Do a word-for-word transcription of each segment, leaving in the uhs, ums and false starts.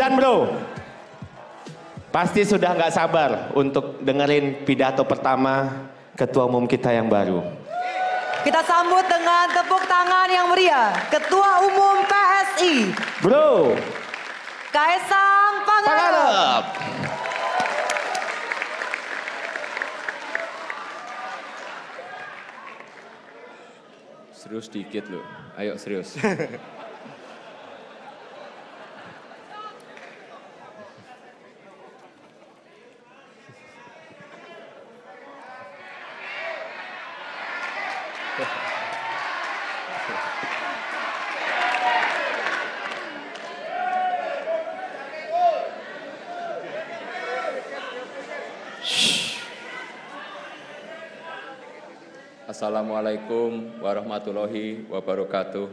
Gibran bro, pasti sudah nggak sabar untuk dengerin pidato pertama Ketua Umum kita yang baru. Kita sambut dengan tepuk tangan yang meriah Ketua Umum P S I, Bro Kaesang Pangarep. Serius dikit loh, ayo serius. Assalamualaikum warahmatullahi wabarakatuh.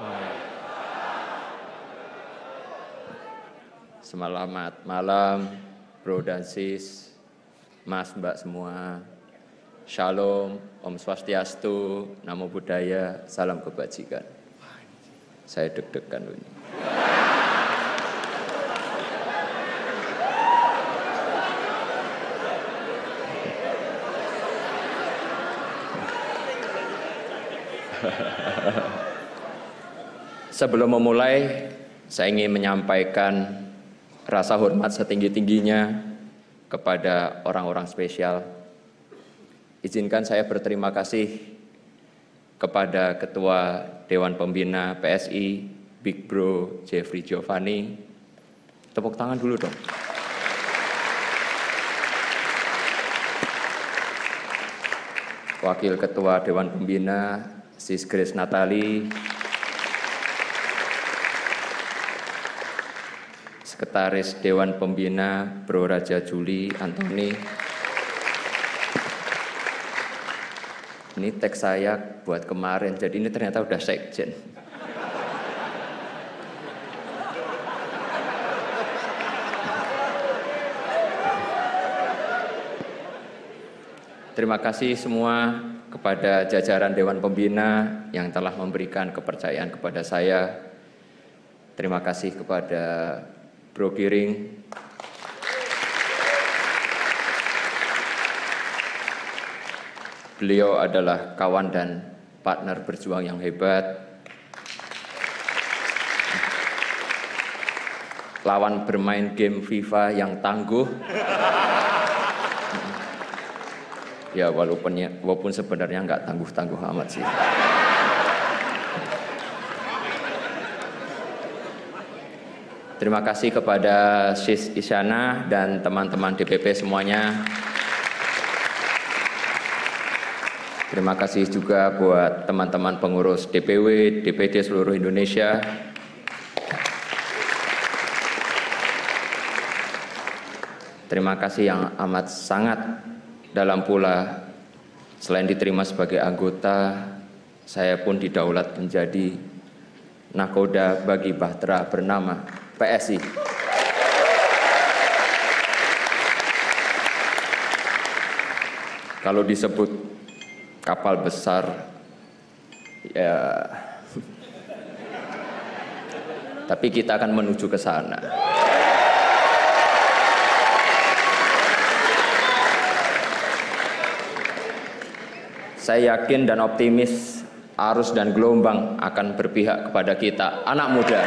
Selamat malam, bro dan sis, mas mbak semua. Shalom, Om Swastiastu, Namo Buddhaya, salam kebajikan. Saya deg-degan loh ini. Sebelum memulai, saya ingin menyampaikan rasa hormat setinggi-tingginya kepada orang-orang spesial. Izinkan saya berterima kasih kepada Ketua Dewan Pembina P S I, Big Bro Jeffrey Giovanni. Tepuk tangan dulu dong. Wakil Ketua Dewan Pembina, Sis Grace Natali. Sekretaris Dewan Pembina, Bro Raja Juli Antoni. Ini teks saya buat kemarin, jadi ini ternyata udah sekjen. Terima kasih semua kepada jajaran Dewan Pembina yang telah memberikan kepercayaan kepada saya. Terima kasih kepada Bro Giring, beliau adalah kawan dan partner berjuang yang hebat, lawan bermain game FIFA yang tangguh. Ya walaupun, walaupun sebenarnya nggak tangguh-tangguh amat sih. Terima kasih kepada Sis Isyana dan teman-teman D P P semuanya. Terima kasih juga buat teman-teman pengurus D P W, D P D seluruh Indonesia. Terima kasih yang amat sangat dalam pula, selain diterima sebagai anggota, saya pun didaulat menjadi nakoda bagi bahtera bernama P S I. Kalau disebut kapal besar, ya, tapi kita akan menuju ke sana. Saya yakin dan optimis arus dan gelombang akan berpihak kepada kita, anak muda.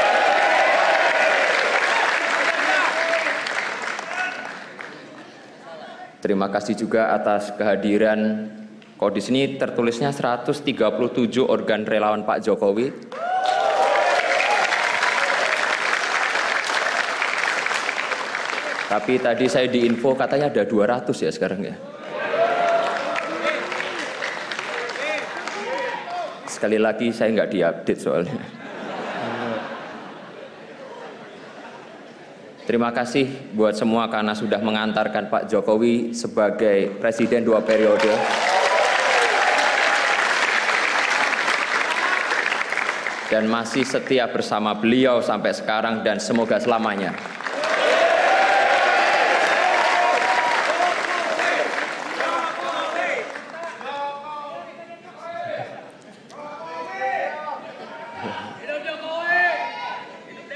Terima kasih juga atas kehadiran. Kok di sini tertulisnya seratus tiga puluh tujuh organ relawan Pak Jokowi. Tapi tadi saya diinfo katanya ada dua ratus ya sekarang ya. Sekali lagi saya nggak diupdate soalnya. Terima kasih buat semua karena sudah mengantarkan Pak Jokowi sebagai presiden dua periode. Dan masih setia bersama beliau sampai sekarang dan semoga selamanya.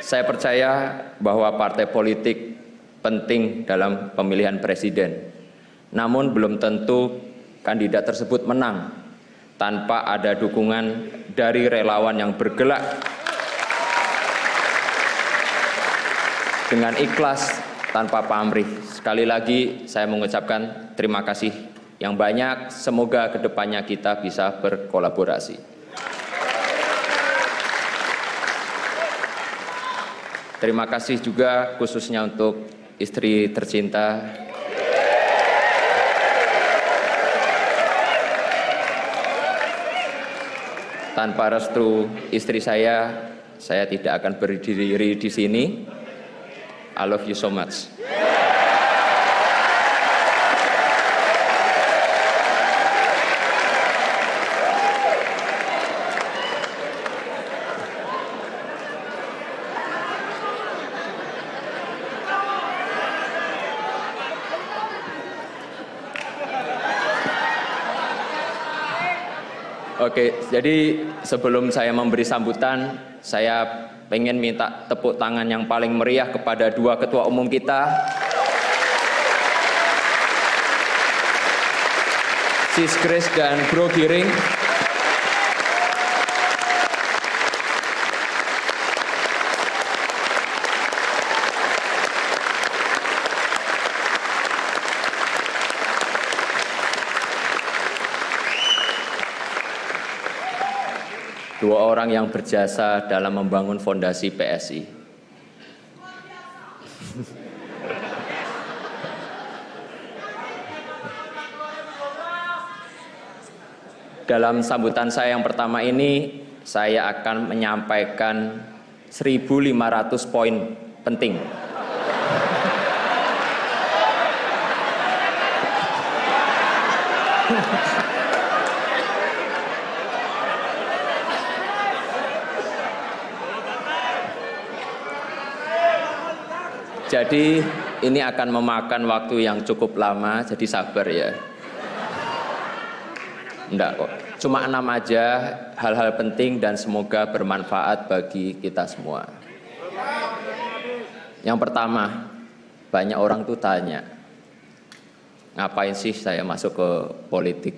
Saya percaya bahwa partai politik penting dalam pemilihan presiden. Namun belum tentu kandidat tersebut menang tanpa ada dukungan dari relawan yang bergerak dengan ikhlas tanpa pamrih. Sekali lagi saya mengucapkan terima kasih yang banyak. Semoga kedepannya kita bisa berkolaborasi. Terima kasih juga khususnya untuk istri tercinta tanpa restu istri saya, saya tidak akan berdiri di sini. I love you so much. Oke, jadi sebelum saya memberi sambutan, saya pengen minta tepuk tangan yang paling meriah kepada dua ketua umum kita, Sis Grace dan Bro Giring. Dua orang yang berjasa dalam membangun fondasi P S I. Dalam sambutan saya yang pertama ini, saya akan menyampaikan seribu lima ratus poin penting. Jadi ini akan memakan waktu yang cukup lama, jadi sabar ya. Enggak kok, cuma enam aja, hal-hal penting dan semoga bermanfaat bagi kita semua. Yang pertama, banyak orang tuh tanya, ngapain sih saya masuk ke politik?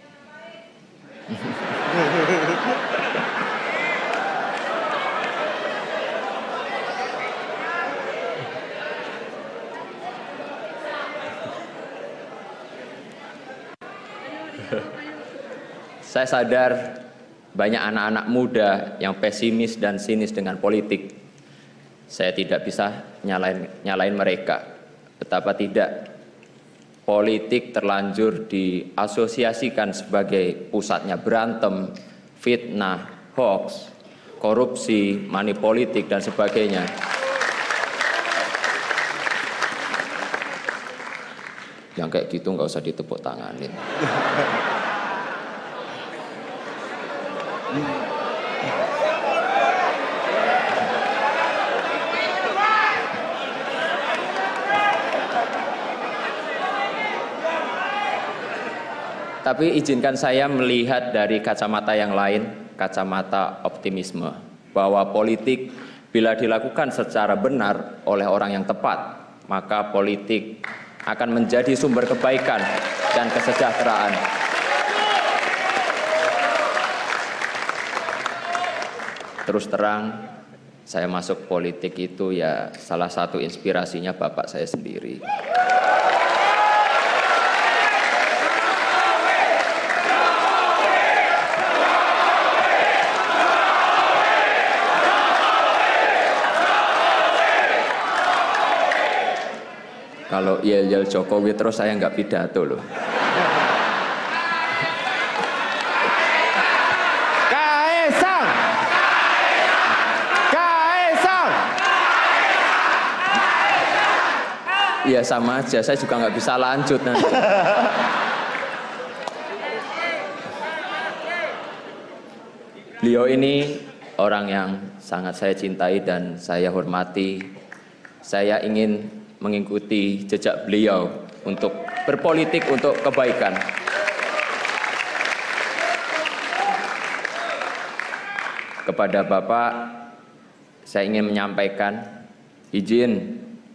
Saya sadar banyak anak-anak muda yang pesimis dan sinis dengan politik. Saya tidak bisa nyalain, nyalain mereka. Betapa tidak, politik terlanjur diasosiasikan sebagai pusatnya berantem, fitnah, hoax, korupsi, money politik, dan sebagainya. Yang kayak gitu nggak usah ditepuk tanganin. Tapi izinkan saya melihat dari kacamata yang lain, kacamata optimisme, bahwa politik bila dilakukan secara benar oleh orang yang tepat, maka politik akan menjadi sumber kebaikan dan kesejahteraan. Terus terang, saya masuk politik itu ya salah satu inspirasinya bapak saya sendiri. Kalau yel-yel Jokowi terus saya nggak pidato loh. Kaisang! Kaisang! Iya sama aja, saya juga nggak bisa lanjut nanti. Beliau ini orang yang sangat saya cintai dan saya hormati. Saya ingin mengikuti jejak beliau untuk berpolitik untuk kebaikan. Kepada Bapak, saya ingin menyampaikan izin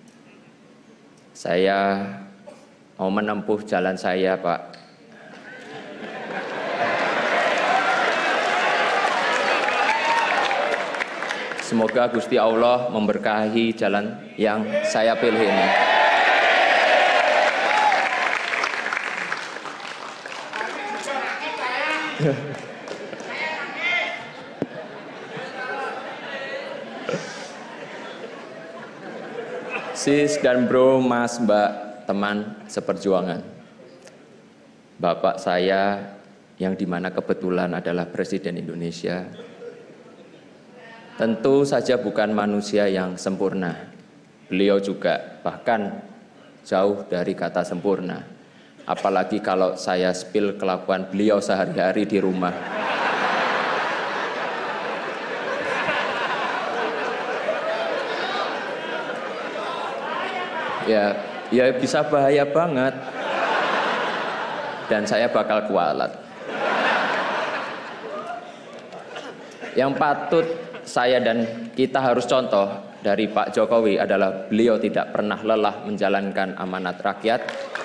saya mau menempuh jalan saya, Pak. Semoga Gusti Allah memberkahi jalan yang saya pilih ini. Sis dan bro, mas, mbak, teman seperjuangan. Bapak saya yang dimana kebetulan adalah Presiden Indonesia, tentu saja bukan manusia yang sempurna. Beliau juga bahkan jauh dari kata sempurna. Apalagi kalau saya spill kelakuan beliau sehari-hari di rumah. Ya, ya bisa bahaya banget. Dan saya bakal kualat. Yang patut saya dan kita harus contoh dari Pak Jokowi adalah beliau tidak pernah lelah menjalankan amanat rakyat.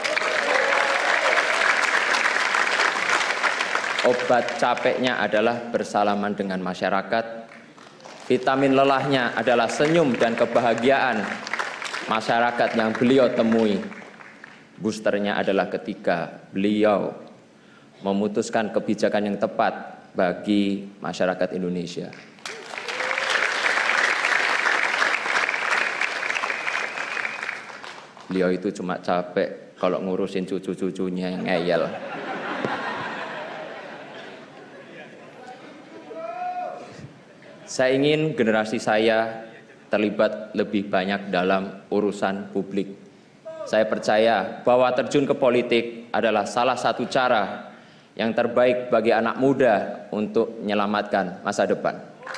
Obat capeknya adalah bersalaman dengan masyarakat. Vitamin lelahnya adalah senyum dan kebahagiaan masyarakat yang beliau temui. Boosternya adalah ketika beliau memutuskan kebijakan yang tepat bagi masyarakat Indonesia. Beliau itu cuma capek kalau ngurusin cucu-cucunya yang ngeyel. Saya ingin generasi saya terlibat lebih banyak dalam urusan publik. Saya percaya bahwa terjun ke politik adalah salah satu cara yang terbaik bagi anak muda untuk menyelamatkan masa depan.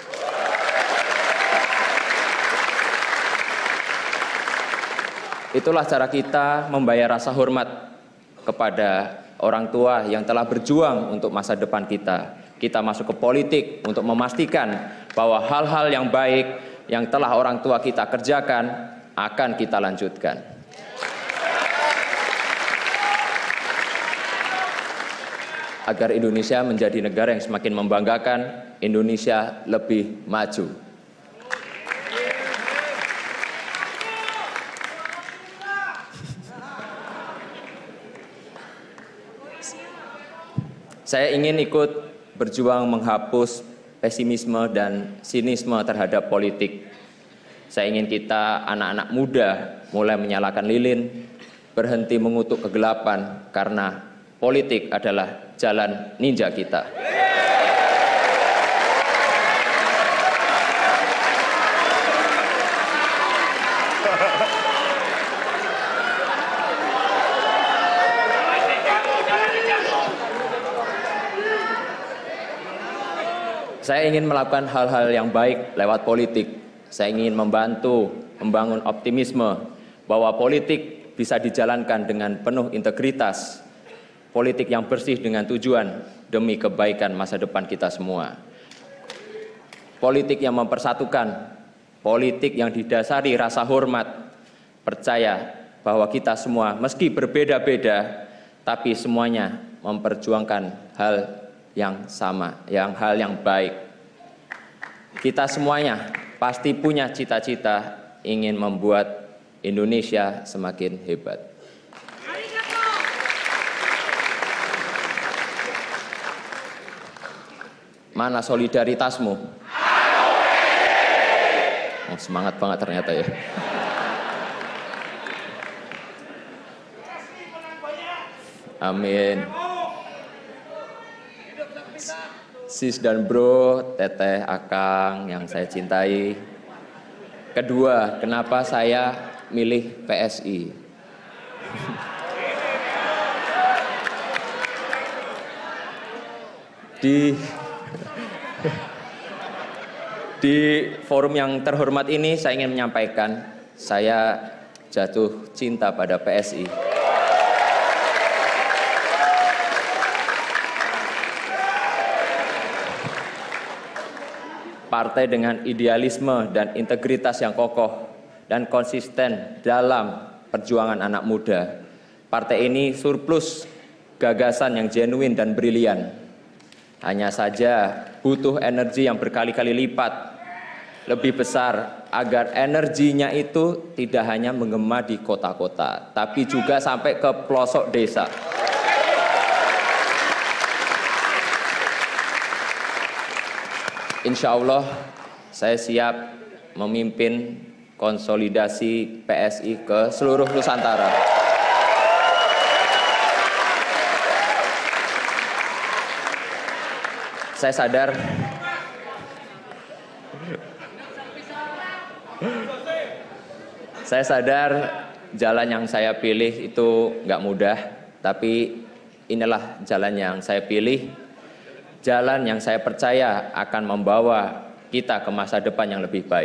Itulah cara kita membayar rasa hormat kepada orang tua yang telah berjuang untuk masa depan kita. Kita masuk ke politik untuk memastikan bahwa hal-hal yang baik yang telah orang tua kita kerjakan akan kita lanjutkan. Agar Indonesia menjadi negara yang semakin membanggakan, Indonesia lebih maju. Saya ingin ikut berjuang menghapus pesimisme dan sinisme terhadap politik. Saya ingin kita anak-anak muda mulai menyalakan lilin, berhenti mengutuk kegelapan karena politik adalah jalan ninja kita. Saya ingin melakukan hal-hal yang baik lewat politik. Saya ingin membantu membangun optimisme bahwa politik bisa dijalankan dengan penuh integritas. Politik yang bersih dengan tujuan demi kebaikan masa depan kita semua. Politik yang mempersatukan, politik yang didasari rasa hormat, percaya bahwa kita semua meski berbeda-beda, tapi semuanya memperjuangkan hal yang sama, yang hal yang baik. Kita semuanya pasti punya cita-cita ingin membuat Indonesia semakin hebat. Mana solidaritasmu? Oh, semangat banget ternyata ya. Amin. Sis dan bro, teteh, akang yang saya cintai. Kedua, kenapa saya milih P S I? Di di forum yang terhormat ini saya ingin menyampaikan saya jatuh cinta pada P S I. partai dengan idealisme dan integritas yang kokoh dan konsisten dalam perjuangan anak muda. Partai ini surplus gagasan yang genuine dan brilian. Hanya saja butuh energi yang berkali-kali lipat lebih besar agar energinya itu tidak hanya menggema di kota-kota, tapi juga sampai ke pelosok desa. Insya Allah saya siap memimpin konsolidasi P S I ke seluruh Nusantara. Saya sadar Saya sadar jalan yang saya pilih itu nggak mudah, tapi inilah jalan yang saya pilih. Jalan yang saya percaya akan membawa kita ke masa depan yang lebih baik.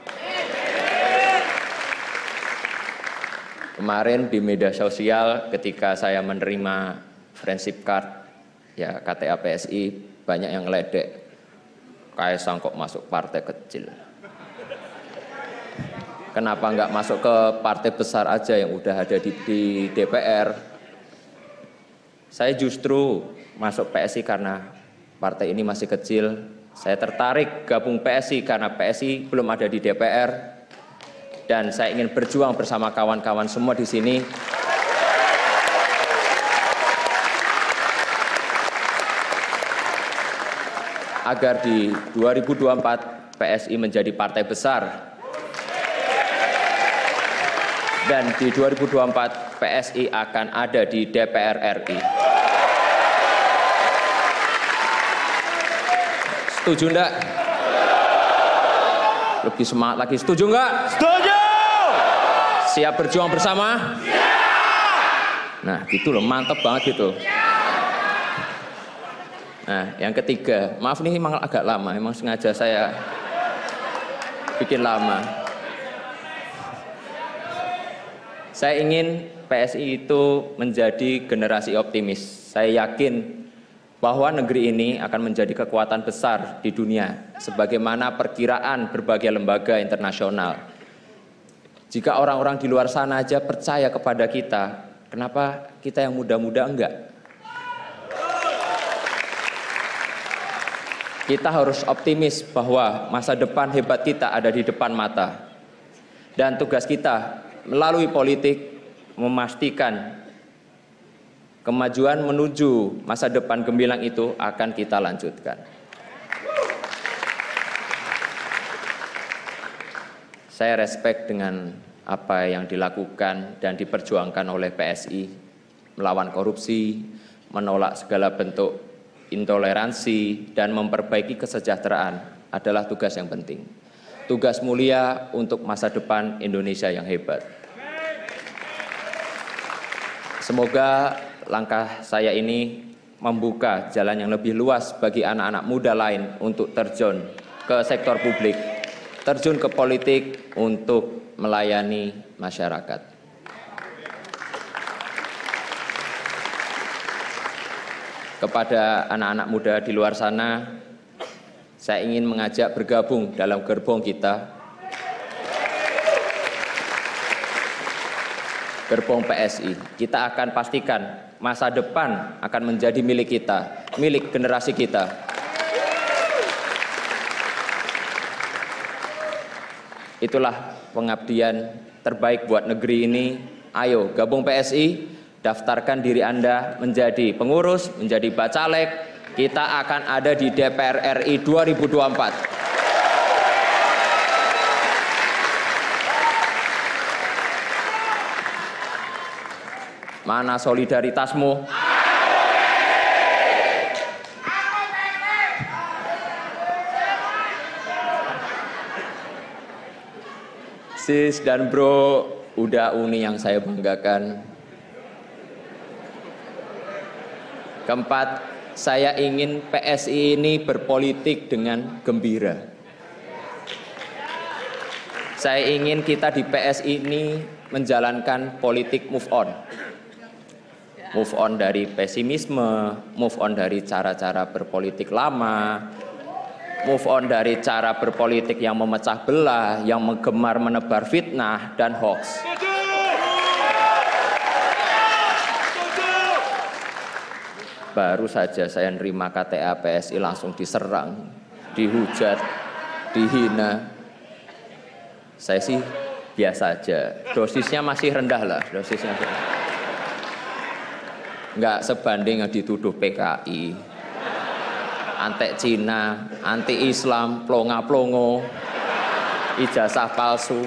Kemarin di media sosial ketika saya menerima friendship card, ya K T A P S I, banyak yang ngeledek. Kaisang kok masuk partai kecil. Kenapa nggak masuk ke partai besar aja yang udah ada di, di D P R? Saya justru masuk P S I karena partai ini masih kecil. Saya tertarik gabung P S I karena P S I belum ada di D P R. Dan saya ingin berjuang bersama kawan-kawan semua di sini. Agar di dua ribu dua puluh empat P S I menjadi partai besar. Dan di dua ribu dua puluh empat P S I akan ada di D P R R I. Setuju enggak? Lebih semangat lagi. Setuju enggak? Setuju! Siap berjuang bersama? Siap! Nah, gitu loh, mantep banget gitu. Nah, yang ketiga, maaf nih memang agak lama, memang sengaja saya bikin lama. Saya ingin P S I itu menjadi generasi optimis. Saya yakin bahwa negeri ini akan menjadi kekuatan besar di dunia, sebagaimana perkiraan berbagai lembaga internasional. Jika orang-orang di luar sana aja percaya kepada kita, kenapa kita yang muda-muda enggak? Kita harus optimis bahwa masa depan hebat kita ada di depan mata. Dan tugas kita melalui politik memastikan kemajuan menuju masa depan gemilang itu akan kita lanjutkan. Saya respect dengan apa yang dilakukan dan diperjuangkan oleh P S I, melawan korupsi, menolak segala bentuk intoleransi, dan memperbaiki kesejahteraan adalah tugas yang penting. Tugas mulia untuk masa depan Indonesia yang hebat. Semoga langkah saya ini membuka jalan yang lebih luas bagi anak-anak muda lain untuk terjun ke sektor publik, terjun ke politik untuk melayani masyarakat. Kepada anak-anak muda di luar sana, saya ingin mengajak bergabung dalam gerbong kita, gerbong P S I. Kita akan pastikan masa depan akan menjadi milik kita, milik generasi kita. Itulah pengabdian terbaik buat negeri ini. Ayo gabung P S I, daftarkan diri Anda menjadi pengurus, menjadi bacalek. Kita akan ada di D P R R I dua ribu dua puluh empat. Mana solidaritasmu? Sis dan bro, udah uni yang saya banggakan. Keempat, saya ingin P S I ini berpolitik dengan gembira. Saya ingin kita di P S I ini menjalankan politik move on. Move on dari pesimisme, move on dari cara-cara berpolitik lama, move on dari cara berpolitik yang memecah belah, yang menggemar menebar fitnah dan hoax. Baru saja saya nerima K T A P S I langsung diserang, dihujat, dihina. Saya sih biasa aja, dosisnya masih rendah lah, dosisnya. Nggak sebanding yang dituduh P K I, antek Cina, anti Islam, plonga-plongo, ijazah palsu.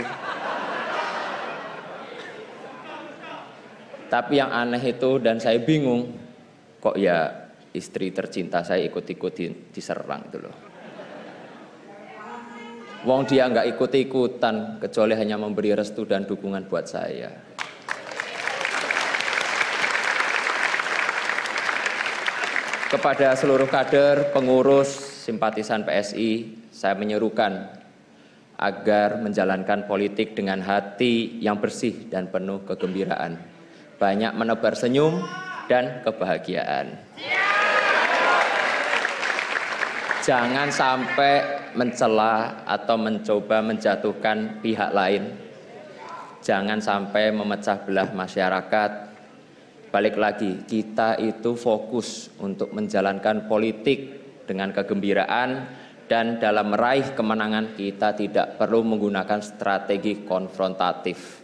Tapi yang aneh itu dan saya bingung, kok ya istri tercinta saya ikut-ikut diserang itu loh. Wong dia nggak ikut-ikutan, kecuali hanya memberi restu dan dukungan buat saya. Kepada seluruh kader, pengurus, simpatisan P S I, saya menyerukan agar menjalankan politik dengan hati yang bersih dan penuh kegembiraan. Banyak menebar senyum dan kebahagiaan. Jangan sampai mencela atau mencoba menjatuhkan pihak lain. Jangan sampai memecah belah masyarakat. Balik lagi, kita itu fokus untuk menjalankan politik dengan kegembiraan, dan dalam meraih kemenangan kita tidak perlu menggunakan strategi konfrontatif.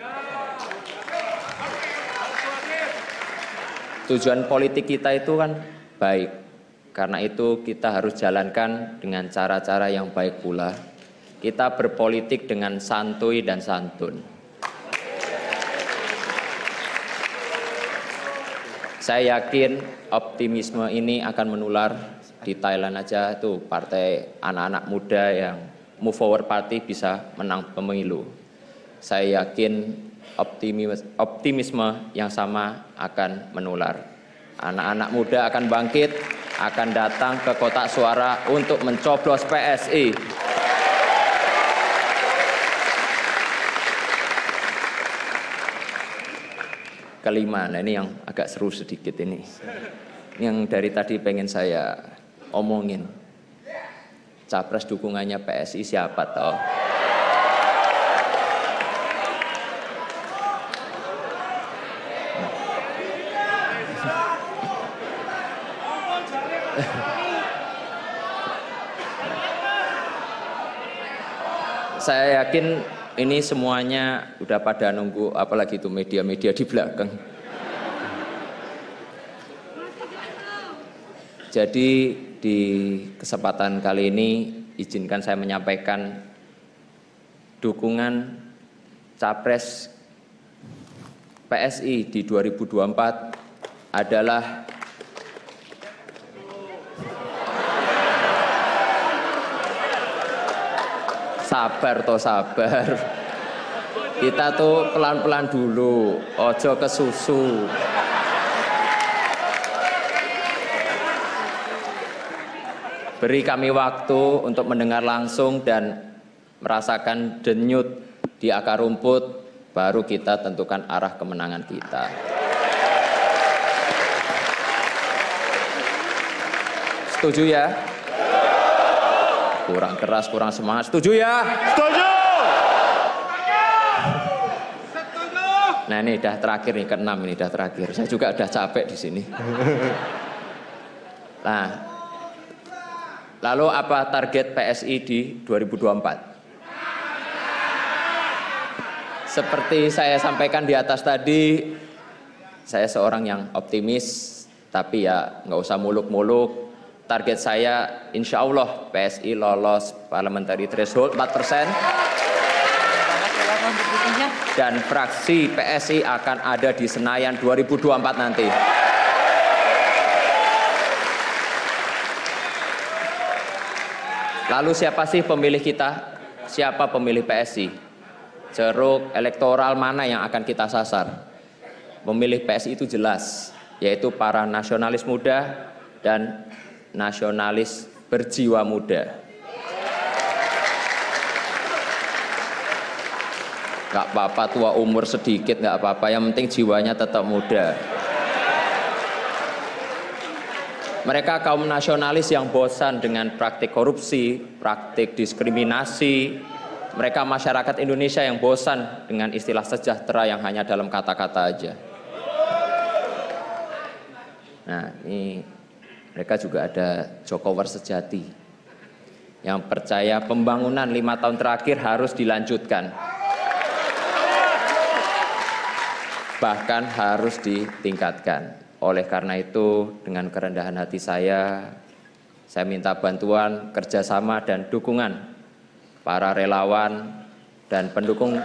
Tujuan politik kita itu kan baik, karena itu kita harus jalankan dengan cara-cara yang baik pula. Kita berpolitik dengan santuy dan santun. Saya yakin optimisme ini akan menular. Di Thailand aja tuh partai anak-anak muda yang Move Forward Party bisa menang pemilu. Saya yakin optimisme yang sama akan menular. Anak-anak muda akan bangkit, akan datang ke kotak suara untuk mencoblos P S I. Kelima, nah ini yang agak seru sedikit ini. Yang dari tadi pengen saya omongin. Capres dukungannya P S I siapa toh? Saya yakin ini semuanya udah pada nunggu, apalagi itu media-media di belakang. Jadi di kesempatan kali ini izinkan saya menyampaikan dukungan Capres P S I di dua ribu dua puluh empat adalah sabar toh sabar. Kita tuh pelan-pelan dulu, ojo kesusu. Beri kami waktu untuk mendengar langsung dan merasakan denyut di akar rumput, baru kita tentukan arah kemenangan kita. Setuju ya? Kurang keras, kurang semangat. Setuju ya? Setuju. Nah ini udah terakhir nih, keenam ini udah terakhir. Saya juga udah capek di sini. Nah, lalu apa target P S I di dua ribu dua puluh empat? Seperti saya sampaikan di atas tadi, saya seorang yang optimis, tapi ya nggak usah muluk-muluk. Target saya insya Allah P S I lolos parliamentary threshold empat persen. Dan fraksi P S I akan ada di Senayan dua ribu dua puluh empat nanti. Lalu siapa sih pemilih kita? Siapa pemilih P S I? Ceruk elektoral mana yang akan kita sasar? Pemilih P S I itu jelas, yaitu para nasionalis muda dan nasionalis berjiwa muda. Gak apa-apa tua umur sedikit, gak apa-apa, yang penting jiwanya tetap muda. Mereka kaum nasionalis yang bosan dengan praktik korupsi, praktik diskriminasi. Mereka masyarakat Indonesia yang bosan dengan istilah sejahtera yang hanya dalam kata-kata aja. Nah, ini mereka juga ada Jokowers sejati yang percaya pembangunan lima tahun terakhir harus dilanjutkan. Bahkan harus ditingkatkan. Oleh karena itu, dengan kerendahan hati saya, saya minta bantuan, kerjasama, dan dukungan para relawan dan pendukung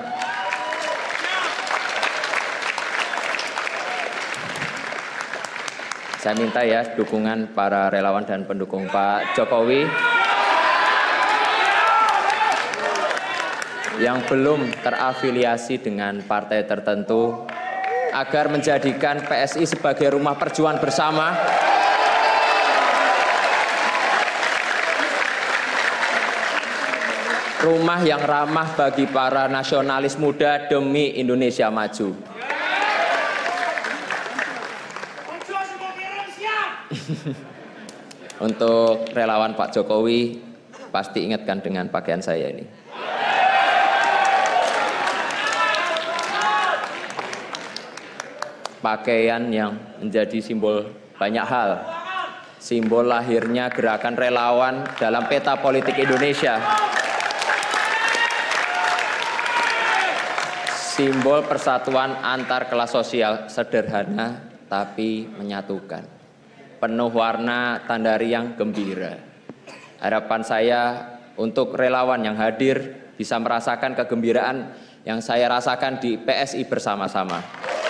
saya minta ya dukungan para relawan dan pendukung Pak Jokowi yang belum terafiliasi dengan partai tertentu, agar menjadikan P S I sebagai rumah perjuangan bersama, rumah yang ramah bagi para nasionalis muda demi Indonesia maju. Untuk relawan Pak Jokowi, pasti ingatkan dengan pakaian saya ini. Pakaian yang menjadi simbol banyak hal, simbol lahirnya gerakan relawan dalam peta politik Indonesia, simbol persatuan antar kelas sosial, sederhana tapi menyatukan, penuh warna tanda riang gembira. Harapan saya untuk relawan yang hadir bisa merasakan kegembiraan yang saya rasakan di P S I bersama-sama.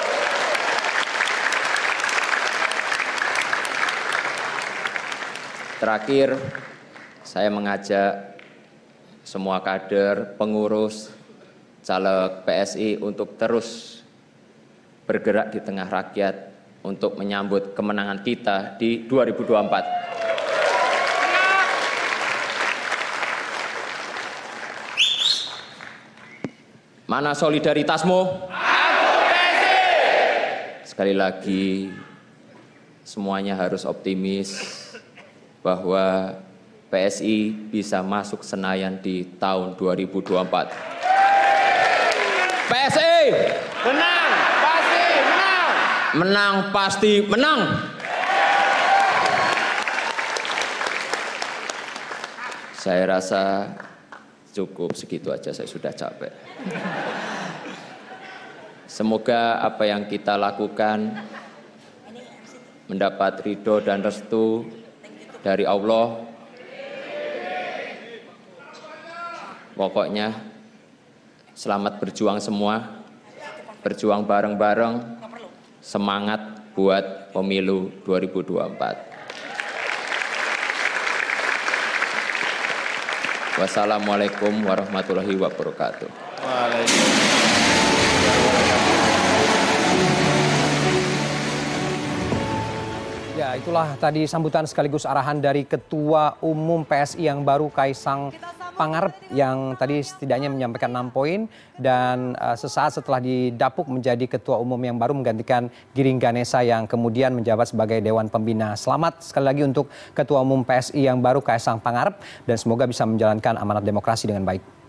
Terakhir, saya mengajak semua kader, pengurus, caleg P S I untuk terus bergerak di tengah rakyat untuk menyambut kemenangan kita di dua ribu dua puluh empat. Mana solidaritasmu? Aku P S I! Sekali lagi, semuanya harus optimis bahwa P S I bisa masuk Senayan di tahun dua ribu dua puluh empat. P S I Menang, pasti menang. menang pasti menang. Saya rasa cukup segitu aja, saya sudah capek. Semoga apa yang kita lakukan mendapat ridho dan restu dari Allah. Pokoknya selamat berjuang semua, berjuang bareng-bareng, semangat buat pemilu dua ribu dua puluh empat. Wassalamualaikum warahmatullahi wabarakatuh. Ya, itulah tadi sambutan sekaligus arahan dari Ketua Umum P S I yang baru, Kaisang Pangarep, yang tadi setidaknya menyampaikan enam poin dan uh, sesaat setelah didapuk menjadi Ketua Umum yang baru menggantikan Giring Ganesa yang kemudian menjabat sebagai Dewan Pembina. Selamat sekali lagi untuk Ketua Umum P S I yang baru, Kaisang Pangarep, dan semoga bisa menjalankan amanat demokrasi dengan baik.